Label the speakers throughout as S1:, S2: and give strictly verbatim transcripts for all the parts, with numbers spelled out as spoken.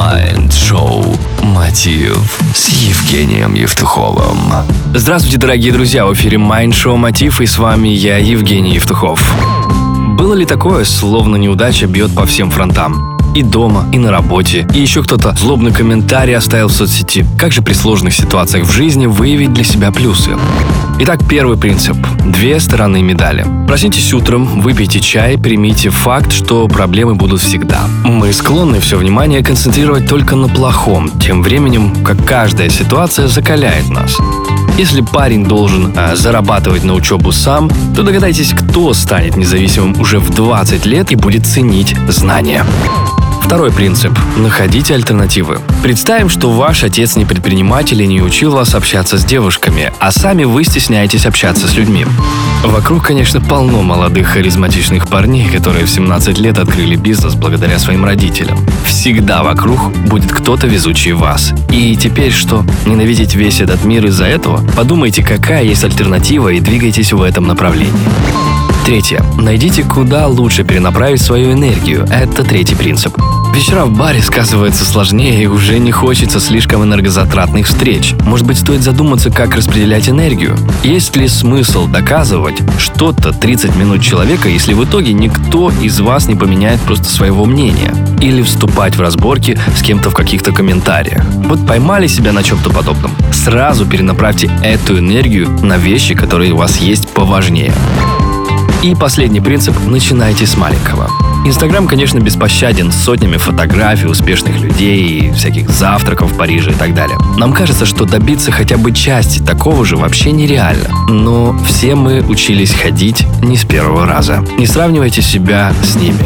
S1: Майнд-шоу «Мотив» с Евгением Евтуховым.
S2: Здравствуйте, дорогие друзья, в эфире Майнд-шоу «Мотив», и с вами я, Евгений Евтухов. Было ли такое, словно неудача бьет по всем фронтам? И дома, и на работе, и еще кто-то злобный комментарий оставил в соцсети. Как же при сложных ситуациях в жизни выявить для себя плюсы? Итак, первый принцип. Две стороны медали. Проснитесь утром, выпейте чай, примите факт, что проблемы будут всегда. Мы склонны все внимание концентрировать только на плохом, тем временем, как каждая ситуация закаляет нас. Если парень должен э, зарабатывать на учебу сам, то догадайтесь, кто станет независимым уже в двадцать лет и будет ценить знания. Второй принцип. Находите альтернативы. Представим, что ваш отец не предприниматель и не учил вас общаться с девушками, а сами вы стесняетесь общаться с людьми. Вокруг, конечно, полно молодых харизматичных парней, которые в семнадцать лет открыли бизнес благодаря своим родителям. Всегда вокруг будет кто-то везучий вас. И теперь что? Ненавидеть весь этот мир из-за этого? Подумайте, какая есть альтернатива, и двигайтесь в этом направлении. Третье. Найдите, куда лучше перенаправить свою энергию. Это третий принцип. Вечера в баре сказываются сложнее, и уже не хочется слишком энергозатратных встреч. Может быть, стоит задуматься, как распределять энергию? Есть ли смысл доказывать что-то тридцать минут человека, если в итоге никто из вас не поменяет просто своего мнения? Или вступать в разборки с кем-то в каких-то комментариях? Вот поймали себя на чем-то подобном? Сразу перенаправьте эту энергию на вещи, которые у вас есть поважнее. И последний принцип – начинайте с маленького. Инстаграм, конечно, беспощаден с сотнями фотографий успешных людей, и всяких завтраков в Париже и так далее. Нам кажется, что добиться хотя бы части такого же вообще нереально. Но все мы учились ходить не с первого раза. Не сравнивайте себя с ними.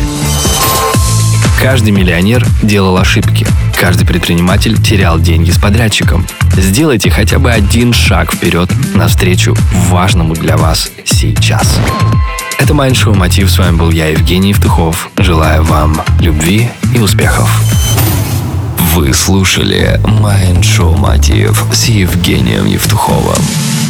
S2: Каждый миллионер делал ошибки. Каждый предприниматель терял деньги с подрядчиком. Сделайте хотя бы один шаг вперед навстречу важному для вас сейчас. Это Майнд-шоу «Мотив». С вами был я, Евгений Евтухов. Желаю вам любви и успехов.
S1: Вы слушали Майнд-шоу «Мотив» с Евгением Евтуховым.